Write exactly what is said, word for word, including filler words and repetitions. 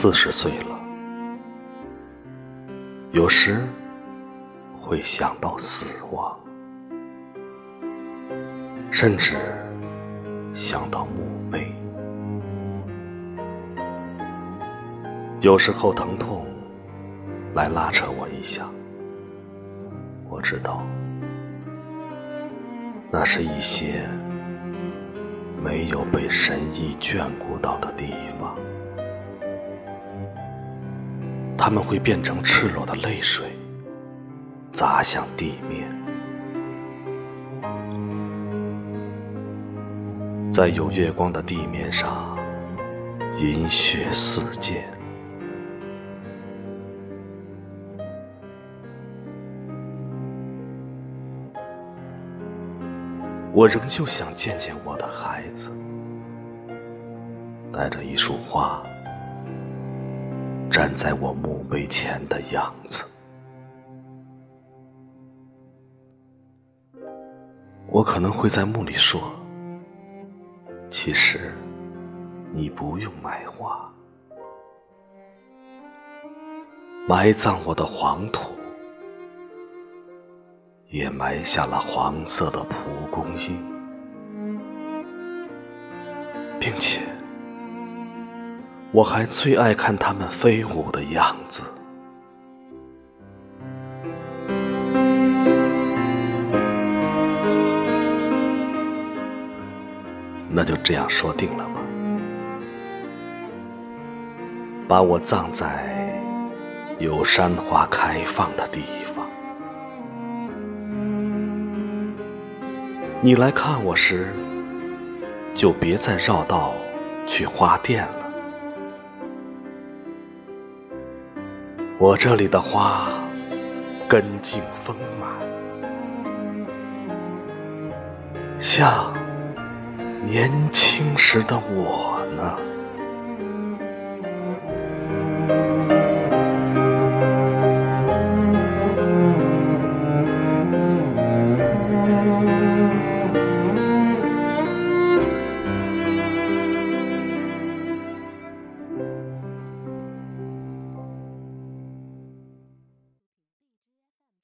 四十岁了，有时会想到死亡，甚至想到墓碑。有时候疼痛来拉扯我一下，我知道那是一些没有被神意眷顾到的地方，它们会变成赤裸的泪水，砸向地面。在有月光的地面上，银雪四溅。我仍旧想见见我的孩子，带着一束花，站在我墓碑前的样子。我可能会在墓里说，其实你不用买花，埋葬我的黄土也埋下了黄色的蒲公英，并且我还最爱看它们飞舞的样子。那就这样说定了吧，把我葬在有山花开放的地方。你来看我时，就别再绕道去花店了。我这里的花根茎丰满，像年轻时的我呢。